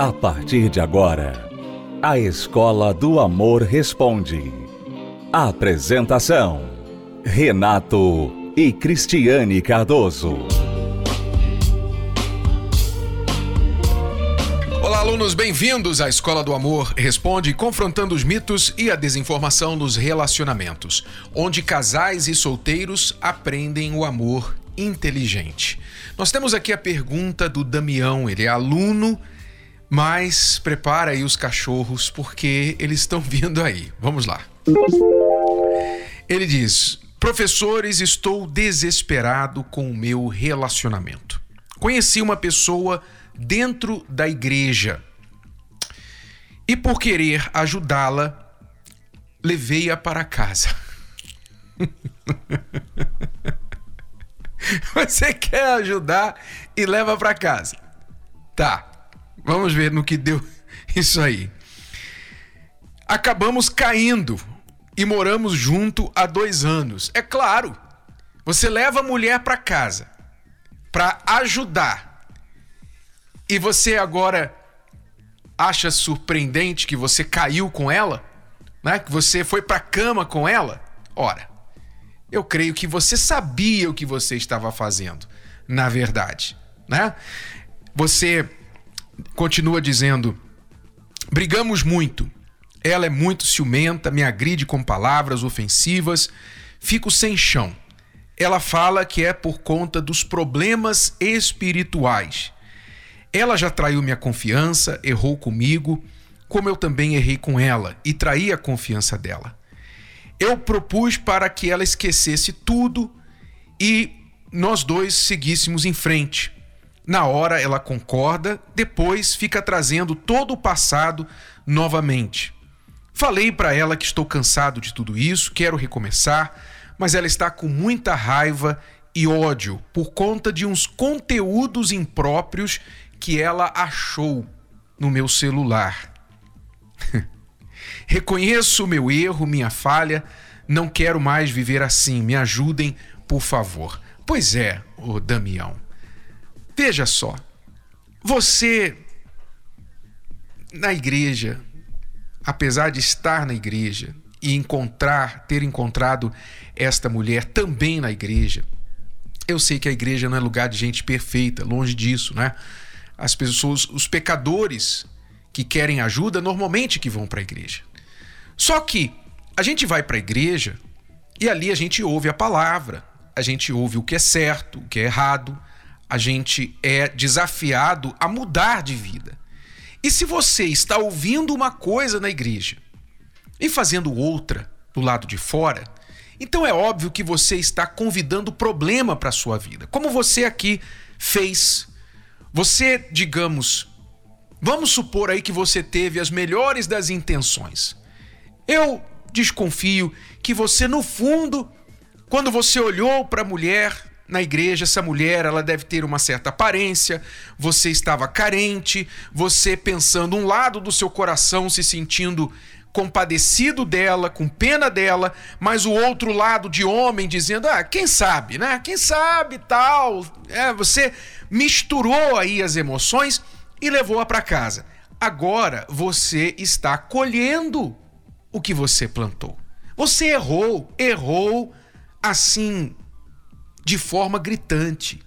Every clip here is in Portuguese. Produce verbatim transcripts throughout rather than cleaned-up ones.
A partir de agora, a Escola do Amor Responde. Apresentação: Renato e Cristiane Cardoso. Olá, alunos, bem-vindos à Escola do Amor Responde, confrontando os mitos e a desinformação nos relacionamentos, onde casais e solteiros aprendem o amor inteligente. Nós temos aqui a pergunta do Damião, ele é aluno, mas prepara aí os cachorros porque eles estão vindo aí. Vamos lá. Ele diz: professores, estou desesperado com o meu relacionamento. Conheci uma pessoa dentro da igreja e, por querer ajudá-la, levei-a para casa. Você quer ajudar e leva para casa? Tá, vamos ver no que deu isso aí. Acabamos caindo e moramos junto há dois anos. É claro, você leva a mulher para casa para ajudar e você agora acha surpreendente que você caiu com ela, né? Que você foi para a cama com ela? Ora, eu creio que você sabia o que você estava fazendo, na verdade, né? Você continua dizendo: brigamos muito, ela é muito ciumenta, me agride com palavras ofensivas, fico sem chão. Ela fala que é por conta dos problemas espirituais. Ela já traiu minha confiança, errou comigo, como eu também errei com ela e traí a confiança dela. Eu propus para que ela esquecesse tudo e nós dois seguíssemos em frente. Na hora ela concorda, depois fica trazendo todo o passado novamente. Falei para ela que estou cansado de tudo isso, quero recomeçar, mas ela está com muita raiva e ódio por conta de uns conteúdos impróprios que ela achou no meu celular. Reconheço o meu erro, minha falha, não quero mais viver assim, me ajudem, por favor. Pois é, ô Damião, veja só, você na igreja, apesar de estar na igreja e encontrar, ter encontrado esta mulher também na igreja, eu sei que a igreja não é lugar de gente perfeita, longe disso, né? As pessoas, os pecadores que querem ajuda, normalmente que vão para a igreja. Só que a gente vai para a igreja e ali a gente ouve a palavra, a gente ouve o que é certo, o que é errado, a gente é desafiado a mudar de vida. E se você está ouvindo uma coisa na igreja e fazendo outra do lado de fora, então é óbvio que você está convidando problema para a sua vida. Como você aqui fez. Você, digamos, vamos supor aí que você teve as melhores das intenções. Eu desconfio que você, no fundo, quando você olhou para a mulher na igreja, essa mulher, ela deve ter uma certa aparência, você estava carente, você pensando um lado do seu coração, se sentindo compadecido dela, com pena dela, mas o outro lado de homem dizendo: ah, quem sabe, né? Quem sabe, tal. É, você misturou aí as emoções e levou-a para casa. Agora você está colhendo o que você plantou. Você errou, errou assim, de forma gritante.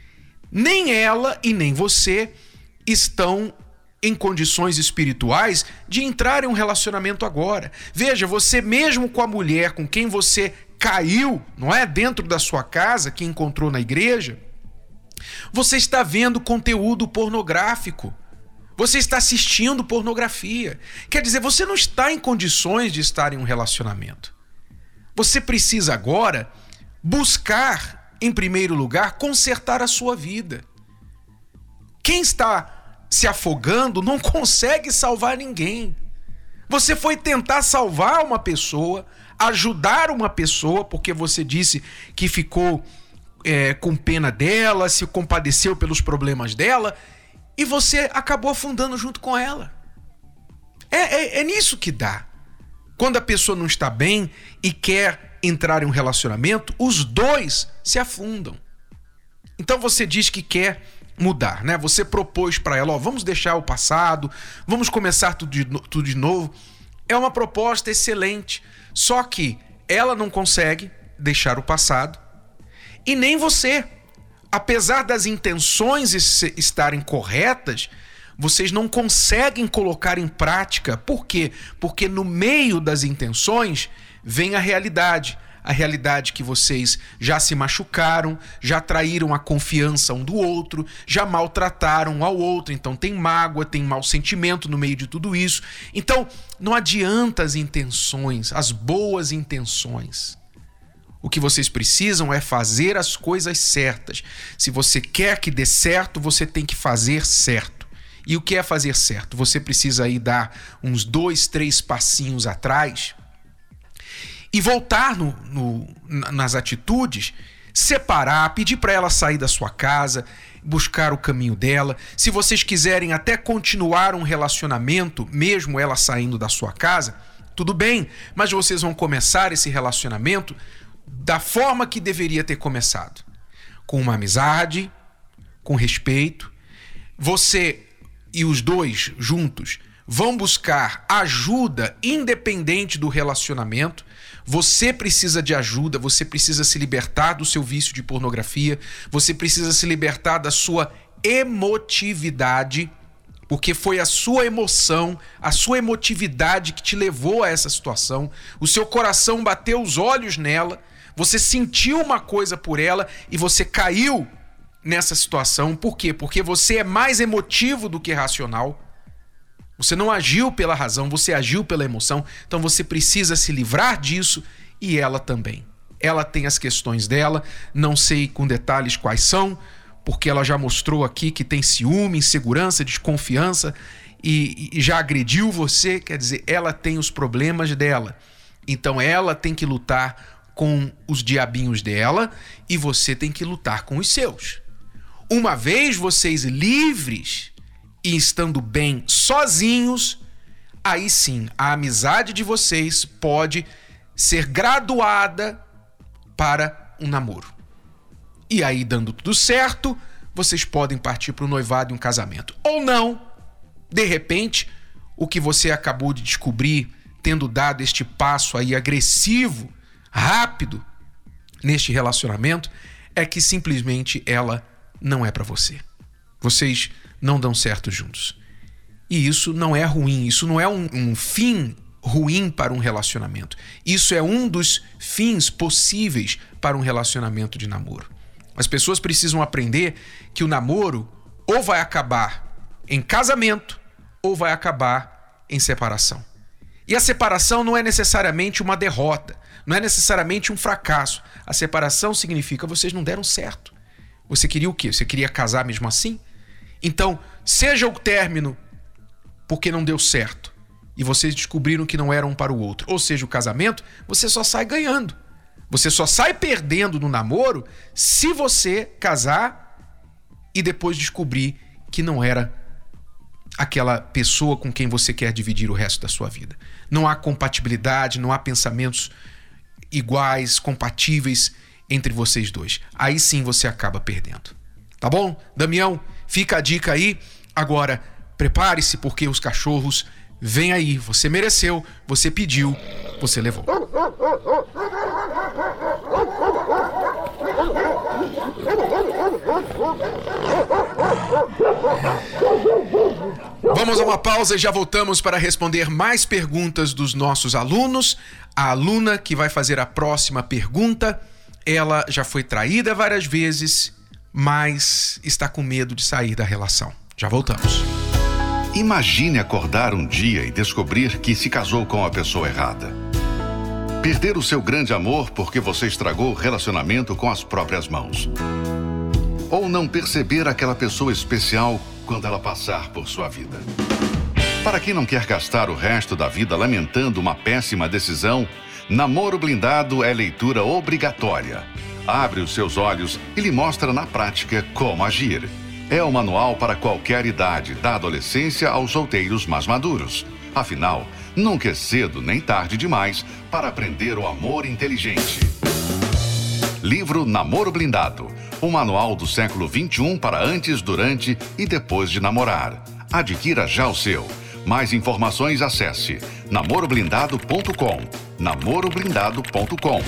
Nem ela e nem você estão em condições espirituais de entrar em um relacionamento agora. Veja, você mesmo com a mulher com quem você caiu, não é? Dentro da sua casa, que encontrou na igreja, você está vendo conteúdo pornográfico. Você está assistindo pornografia. Quer dizer, você não está em condições de estar em um relacionamento. Você precisa agora buscar, em primeiro lugar, consertar a sua vida. Quem está se afogando não consegue salvar ninguém. Você foi tentar salvar uma pessoa, ajudar uma pessoa, porque você disse que ficou é, com pena dela, se compadeceu pelos problemas dela, e você acabou afundando junto com ela. É, é, é nisso que dá. Quando a pessoa não está bem e quer entrar em um relacionamento, os dois se afundam. Então você diz que quer mudar, né? Você propôs para ela, ó, vamos deixar o passado, vamos começar tudo de, tudo de novo. É uma proposta excelente, só que ela não consegue deixar o passado e nem você. Apesar das intenções estarem corretas, vocês não conseguem colocar em prática. Por quê? Porque no meio das intenções vem a realidade. A realidade que vocês já se machucaram, já traíram a confiança um do outro, já maltrataram um ao outro. Então tem mágoa, tem mau sentimento no meio de tudo isso. Então não adianta as intenções, as boas intenções. O que vocês precisam é fazer as coisas certas. Se você quer que dê certo, você tem que fazer certo. E o que é fazer certo? Você precisa aí dar uns dois, três passinhos atrás e voltar no, no, nas atitudes, separar, pedir para ela sair da sua casa, buscar o caminho dela. Se vocês quiserem até continuar um relacionamento, mesmo ela saindo da sua casa, tudo bem, mas vocês vão começar esse relacionamento da forma que deveria ter começado. Com uma amizade, com respeito. Você e os dois juntos vão buscar ajuda independente do relacionamento. Você precisa de ajuda, você precisa se libertar do seu vício de pornografia, você precisa se libertar da sua emotividade, porque foi a sua emoção, a sua emotividade que te levou a essa situação. O seu coração bateu os olhos nela, você sentiu uma coisa por ela e você caiu nessa situação. Por quê? Porque você é mais emotivo do que racional. Você não agiu pela razão, você agiu pela emoção. Então você precisa se livrar disso e ela também. Ela tem as questões dela, não sei com detalhes quais são, porque ela já mostrou aqui que tem ciúme, insegurança, desconfiança e, e já agrediu você. Quer dizer, ela tem os problemas dela. Então ela tem que lutar com os diabinhos dela e você tem que lutar com os seus. Uma vez vocês livres e estando bem sozinhos, aí sim, a amizade de vocês pode ser graduada para um namoro. E aí, dando tudo certo, vocês podem partir para o noivado e um casamento. Ou não, de repente, o que você acabou de descobrir, tendo dado este passo aí agressivo, rápido, neste relacionamento, é que simplesmente ela não é para você. Vocês não dão certo juntos. E isso não é ruim, isso não é um, um fim ruim para um relacionamento. Isso é um dos fins possíveis para um relacionamento de namoro. As pessoas precisam aprender que o namoro ou vai acabar em casamento ou vai acabar em separação. E a separação não é necessariamente uma derrota, não é necessariamente um fracasso. A separação significa que vocês não deram certo. Você queria o quê? Você queria casar mesmo assim? Então, seja o término porque não deu certo e vocês descobriram que não eram um para o outro, ou seja, o casamento, você só sai ganhando. Você só sai perdendo no namoro se você casar e depois descobrir que não era aquela pessoa com quem você quer dividir o resto da sua vida. Não há compatibilidade, não há pensamentos iguais, compatíveis entre vocês dois. Aí sim você acaba perdendo. Tá bom? Damião, fica a dica aí. Agora, prepare-se porque os cachorros vêm aí. Você mereceu, você pediu, você levou. Vamos a uma pausa e já voltamos para responder mais perguntas dos nossos alunos. A aluna que vai fazer a próxima pergunta, ela já foi traída várias vezes, mas está com medo de sair da relação. Já voltamos. Imagine acordar um dia e descobrir que se casou com a pessoa errada. Perder o seu grande amor porque você estragou o relacionamento com as próprias mãos. Ou não perceber aquela pessoa especial quando ela passar por sua vida. Para quem não quer gastar o resto da vida lamentando uma péssima decisão, Namoro Blindado é leitura obrigatória. Abre os seus olhos e lhe mostra na prática como agir. É o manual para qualquer idade, da adolescência aos solteiros mais maduros. Afinal, nunca é cedo nem tarde demais para aprender o amor inteligente. Livro Namoro Blindado. Um manual do século vinte e um para antes, durante e depois de namorar. Adquira já o seu. Mais informações, acesse namoro blindado ponto com. namoro blindado ponto com.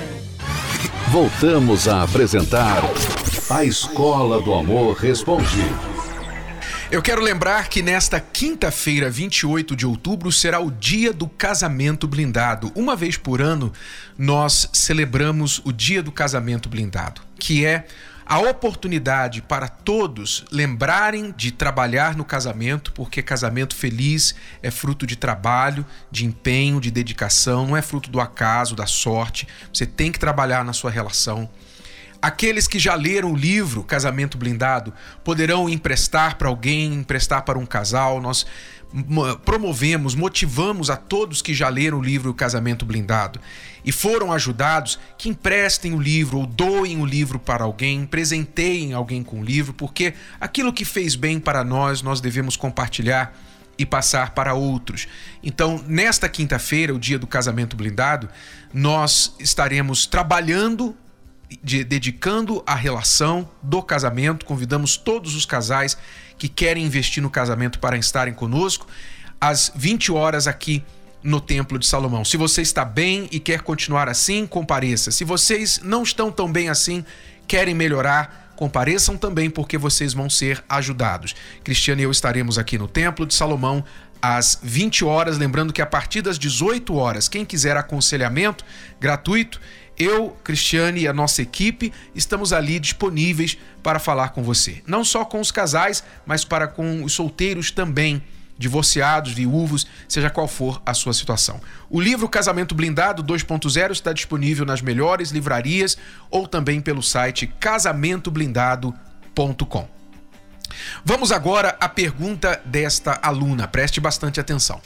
Voltamos a apresentar A Escola do Amor Responde. Eu quero lembrar que nesta quinta-feira, vinte e oito de outubro, será o Dia do Casamento Blindado. Uma vez por ano, nós celebramos o Dia do Casamento Blindado, que é a oportunidade para todos lembrarem de trabalhar no casamento, porque casamento feliz é fruto de trabalho, de empenho, de dedicação, não é fruto do acaso, da sorte. Você tem que trabalhar na sua relação. Aqueles que já leram o livro Casamento Blindado poderão emprestar para alguém, emprestar para um casal. Nós promovemos, motivamos a todos que já leram o livro Casamento Blindado e foram ajudados que emprestem o livro ou doem o livro para alguém, presenteiem alguém com o livro, porque aquilo que fez bem para nós, nós devemos compartilhar e passar para outros. Então, nesta quinta-feira, o Dia do Casamento Blindado, nós estaremos trabalhando, De, dedicando a relação do casamento. Convidamos todos os casais que querem investir no casamento para estarem conosco às vinte horas aqui no Templo de Salomão. Se você está bem e quer continuar assim, compareça. Se vocês não estão tão bem assim, querem melhorar, compareçam também, porque vocês vão ser ajudados. Cristiano e eu estaremos aqui no Templo de Salomão às vinte horas, lembrando que a partir das dezoito horas, quem quiser aconselhamento gratuito, eu, Cristiane e a nossa equipe estamos ali disponíveis para falar com você. Não só com os casais, mas para com os solteiros também, divorciados, viúvos, seja qual for a sua situação. O livro Casamento Blindado dois ponto zero está disponível nas melhores livrarias ou também pelo site casamento blindado ponto com. Vamos agora à pergunta desta aluna. Preste bastante atenção.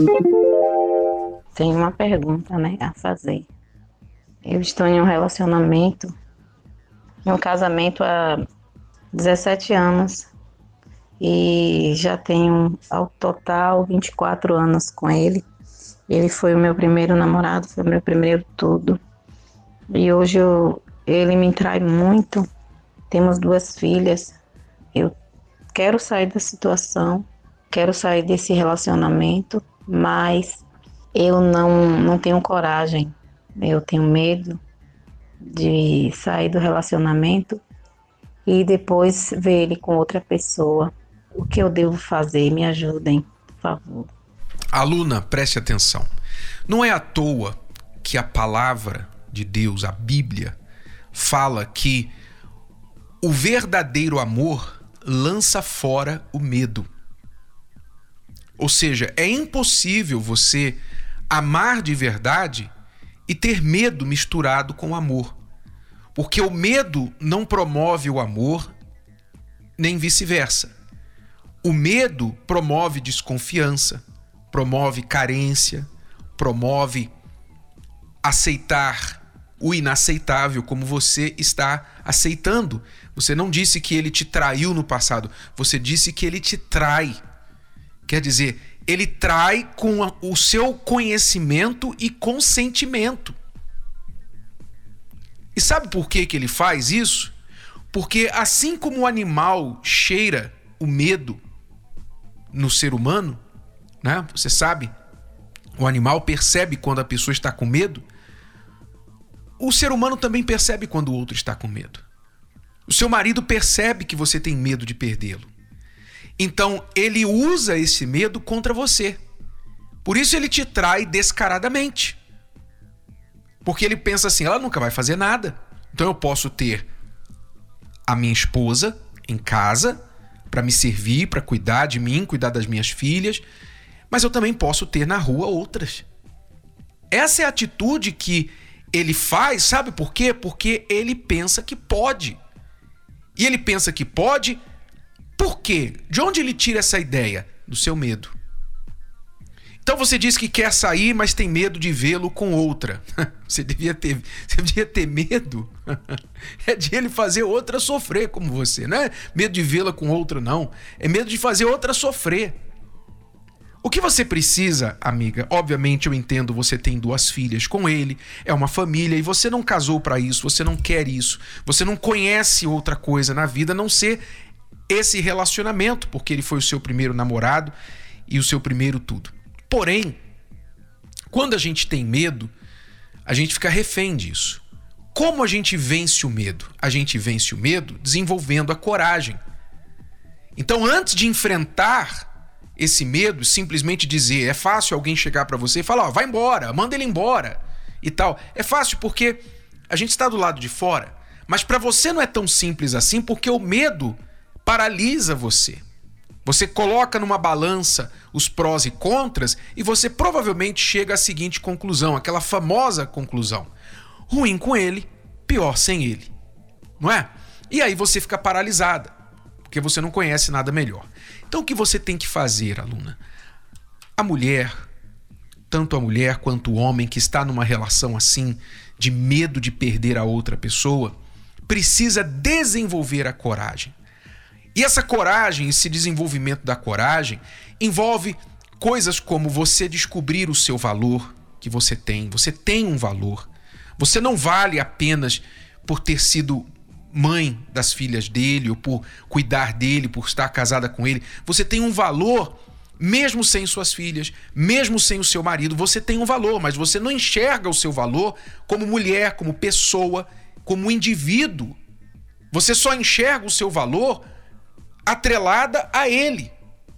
Tenho uma pergunta, né, a fazer. Eu estou em um relacionamento, em um casamento há dezessete anos e já tenho ao total vinte e quatro anos com ele. Ele foi o meu primeiro namorado, foi o meu primeiro tudo. E hoje eu, ele me trai muito, temos duas filhas. Eu quero sair da situação, quero sair desse relacionamento, mas eu não, não tenho coragem. Eu tenho medo de sair do relacionamento e depois ver ele com outra pessoa. O que eu devo fazer? Me ajudem, por favor. Aluna, preste atenção. Não é à toa que a palavra de Deus, a Bíblia, fala que o verdadeiro amor lança fora o medo. Ou seja, é impossível você amar de verdade e ter medo misturado com amor. Porque o medo não promove o amor, nem vice-versa. O medo promove desconfiança, promove carência, promove aceitar o inaceitável, como você está aceitando. Você não disse que ele te traiu no passado, você disse que ele te trai. Quer dizer, ele trai com o seu conhecimento e consentimento. E sabe por que que ele faz isso? Porque assim como o animal cheira o medo no ser humano, né? Você sabe, o animal percebe quando a pessoa está com medo. O ser humano também percebe quando o outro está com medo. O seu marido percebe que você tem medo de perdê-lo. Então, ele usa esse medo contra você. Por isso ele te trai descaradamente. Porque ele pensa assim, ela nunca vai fazer nada. Então eu posso ter a minha esposa em casa para me servir, para cuidar de mim, cuidar das minhas filhas, mas eu também posso ter na rua outras. Essa é a atitude que ele faz, sabe por quê? Porque ele pensa que pode. E ele pensa que pode. Por quê? De onde ele tira essa ideia? Do seu medo. Então você diz que quer sair, mas tem medo de vê-lo com outra. Você devia ter, você devia ter medo é de ele fazer outra sofrer como você. Não é medo de vê-la com outra, não. É medo de fazer outra sofrer. O que você precisa, amiga, obviamente eu entendo, você tem duas filhas com ele, é uma família e você não casou para isso, você não quer isso, você não conhece outra coisa na vida a não ser esse relacionamento, porque ele foi o seu primeiro namorado e o seu primeiro tudo. Porém, quando a gente tem medo, a gente fica refém disso. Como a gente vence o medo? A gente vence o medo desenvolvendo a coragem. Então, antes de enfrentar esse medo, simplesmente dizer, é fácil alguém chegar para você e falar, ó, vai embora, manda ele embora e tal. É fácil porque a gente está do lado de fora, mas para você não é tão simples assim, porque o medo paralisa você. Você coloca numa balança os prós e contras e você provavelmente chega à seguinte conclusão, aquela famosa conclusão: ruim com ele, pior sem ele. Não é? E aí você fica paralisada, porque você não conhece nada melhor. Então o que você tem que fazer, aluna? A mulher, tanto a mulher quanto o homem que está numa relação assim, de medo de perder a outra pessoa, precisa desenvolver a coragem. E essa coragem, esse desenvolvimento da coragem, envolve coisas como você descobrir o seu valor que você tem. Você tem um valor. Você não vale apenas por ter sido mãe das filhas dele ou por cuidar dele, por estar casada com ele. Você tem um valor mesmo sem suas filhas, mesmo sem o seu marido. Você tem um valor, mas você não enxerga o seu valor como mulher, como pessoa, como indivíduo. Você só enxerga o seu valor atrelada a ele.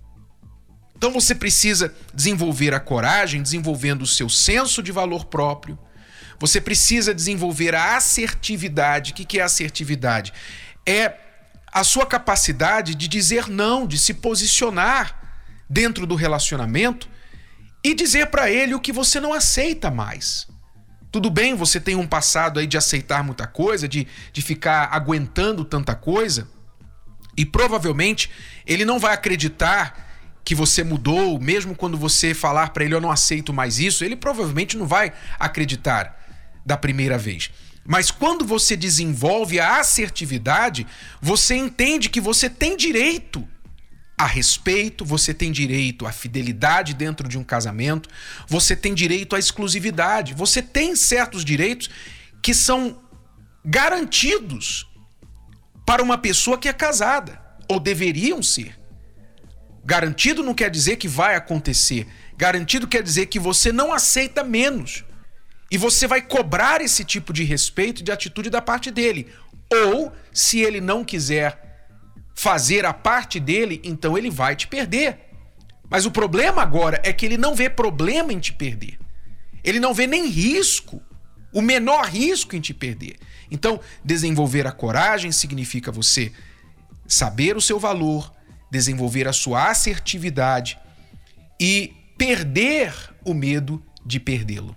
Então você precisa desenvolver a coragem, desenvolvendo o seu senso de valor próprio. Você precisa desenvolver a assertividade. O que é assertividade? É a sua capacidade de dizer não, de se posicionar dentro do relacionamento e dizer para ele o que você não aceita mais. Tudo bem, você tem um passado aí de aceitar muita coisa, de, de ficar aguentando tanta coisa, e provavelmente ele não vai acreditar que você mudou, mesmo quando você falar para ele, eu não aceito mais isso, ele provavelmente não vai acreditar da primeira vez. Mas quando você desenvolve a assertividade, você entende que você tem direito a respeito, você tem direito à fidelidade dentro de um casamento, você tem direito à exclusividade, você tem certos direitos que são garantidos para uma pessoa que é casada, ou deveriam ser. Garantido não quer dizer que vai acontecer. Garantido quer dizer que você não aceita menos. E você vai cobrar esse tipo de respeito e de atitude da parte dele. Ou, se ele não quiser fazer a parte dele, então ele vai te perder. Mas o problema agora é que ele não vê problema em te perder. Ele não vê nem risco, o menor risco em te perder. Então, desenvolver a coragem significa você saber o seu valor, desenvolver a sua assertividade e perder o medo de perdê-lo.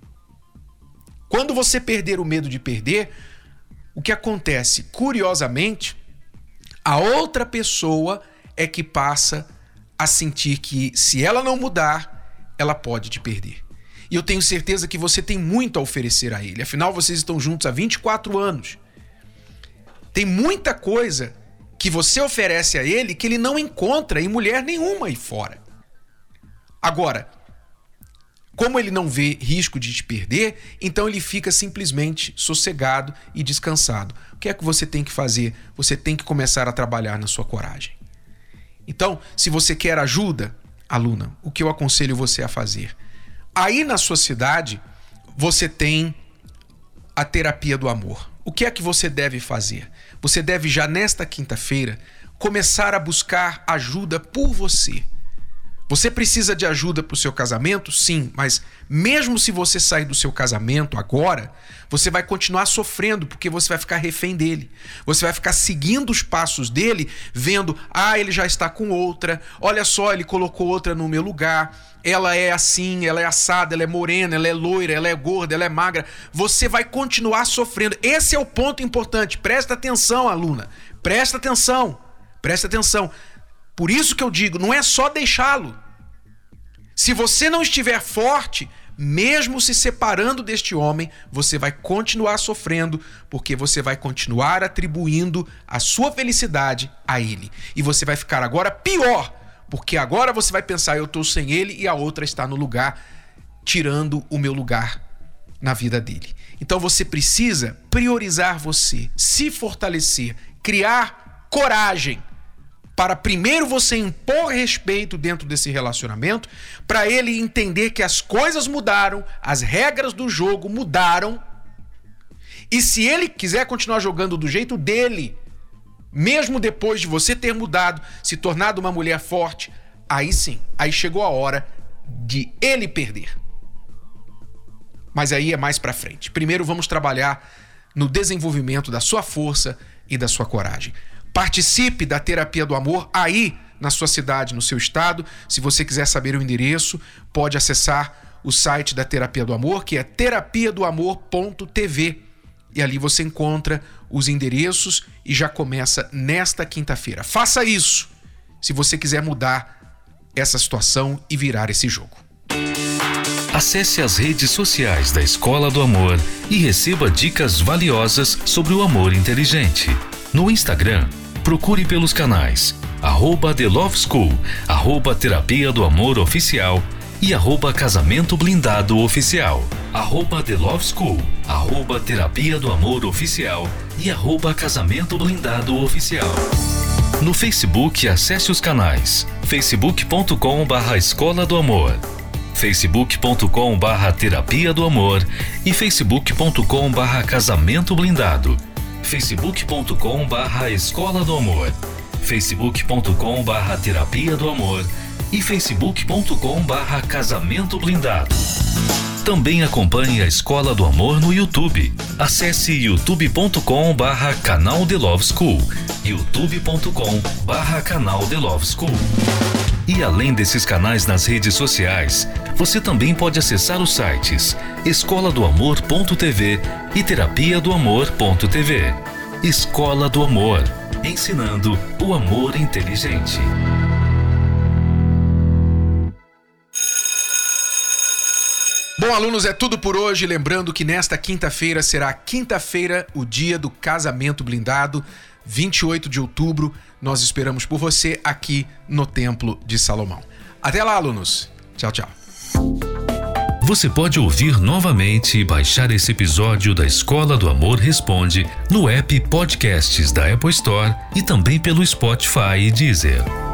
Quando você perder o medo de perder, o que acontece? Curiosamente, a outra pessoa é que passa a sentir que, se ela não mudar, ela pode te perder. E eu tenho certeza que você tem muito a oferecer a ele. Afinal, vocês estão juntos há vinte e quatro anos. Tem muita coisa que você oferece a ele que ele não encontra em mulher nenhuma aí fora. Agora, como ele não vê risco de te perder, então ele fica simplesmente sossegado e descansado. O que é que você tem que fazer? Você tem que começar a trabalhar na sua coragem. Então, se você quer ajuda, aluna, o que eu aconselho você a fazer? Aí na sua cidade, você tem a terapia do amor. O que é que você deve fazer? Você deve já nesta quinta-feira começar a buscar ajuda por você. Você precisa de ajuda para o seu casamento? Sim, mas mesmo se você sair do seu casamento agora, você vai continuar sofrendo porque você vai ficar refém dele. Você vai ficar seguindo os passos dele, vendo, ah, ele já está com outra, olha só, ele colocou outra no meu lugar, ela é assim, ela é assada, ela é morena, ela é loira, ela é gorda, ela é magra. Você vai continuar sofrendo. Esse é o ponto importante. Presta atenção, aluna. Presta atenção. Presta atenção. Por isso que eu digo, não é só deixá-lo. Se você não estiver forte, mesmo se separando deste homem, você vai continuar sofrendo, porque você vai continuar atribuindo a sua felicidade a ele. E você vai ficar agora pior, Porque agora você vai pensar, eu estou sem ele e a outra está no lugar, tirando o meu lugar na vida dele. Então você precisa priorizar você, se fortalecer, criar coragem para primeiro você impor respeito dentro desse relacionamento, para ele entender que as coisas mudaram, as regras do jogo mudaram, e se ele quiser continuar jogando do jeito dele, mesmo depois de você ter mudado, se tornado uma mulher forte, aí sim, aí chegou a hora de ele perder. Mas aí é mais pra frente. Primeiro vamos trabalhar no desenvolvimento da sua força e da sua coragem. Participe da Terapia do Amor aí na sua cidade, no seu estado. Se você quiser saber o endereço, pode acessar o site da Terapia do Amor, que é terapia do amor ponto t v. E ali você encontra os endereços e já começa nesta quinta-feira. Faça isso se você quiser mudar essa situação e virar esse jogo. Acesse as redes sociais da Escola do Amor e receba dicas valiosas sobre o amor inteligente. No Instagram, procure pelos canais arroba The Love School, arroba Terapia do Amor Oficial e arroba Casamento Blindado Oficial, arroba The Love School, arroba Terapia do Amor Oficial e arroba Casamento Blindado Oficial. No Facebook, acesse os canais facebook ponto com barra Escola do Amor, facebook ponto com barra Terapia do Amor e facebook ponto com barra Casamento Blindado, facebook ponto com barra Escola do Amor, facebook ponto com barra Terapia do Amor e facebook ponto com barra Casamento Blindado. Também acompanhe a Escola do Amor no YouTube. Acesse youtube ponto com barra canal The Love School, youtube ponto com barra canal The Love School. E além desses canais nas redes sociais, você também pode acessar os sites escola do amor ponto t v e terapia do amor ponto t v. Escola do Amor, ensinando o amor inteligente. Bom, alunos, é tudo por hoje. Lembrando que nesta quinta-feira será quinta-feira, o dia do Casamento Blindado, vinte e oito de outubro. Nós esperamos por você aqui no Templo de Salomão. Até lá, alunos. Tchau, tchau. Você pode ouvir novamente e baixar esse episódio da Escola do Amor Responde no app Podcasts da Apple Store e também pelo Spotify e Deezer.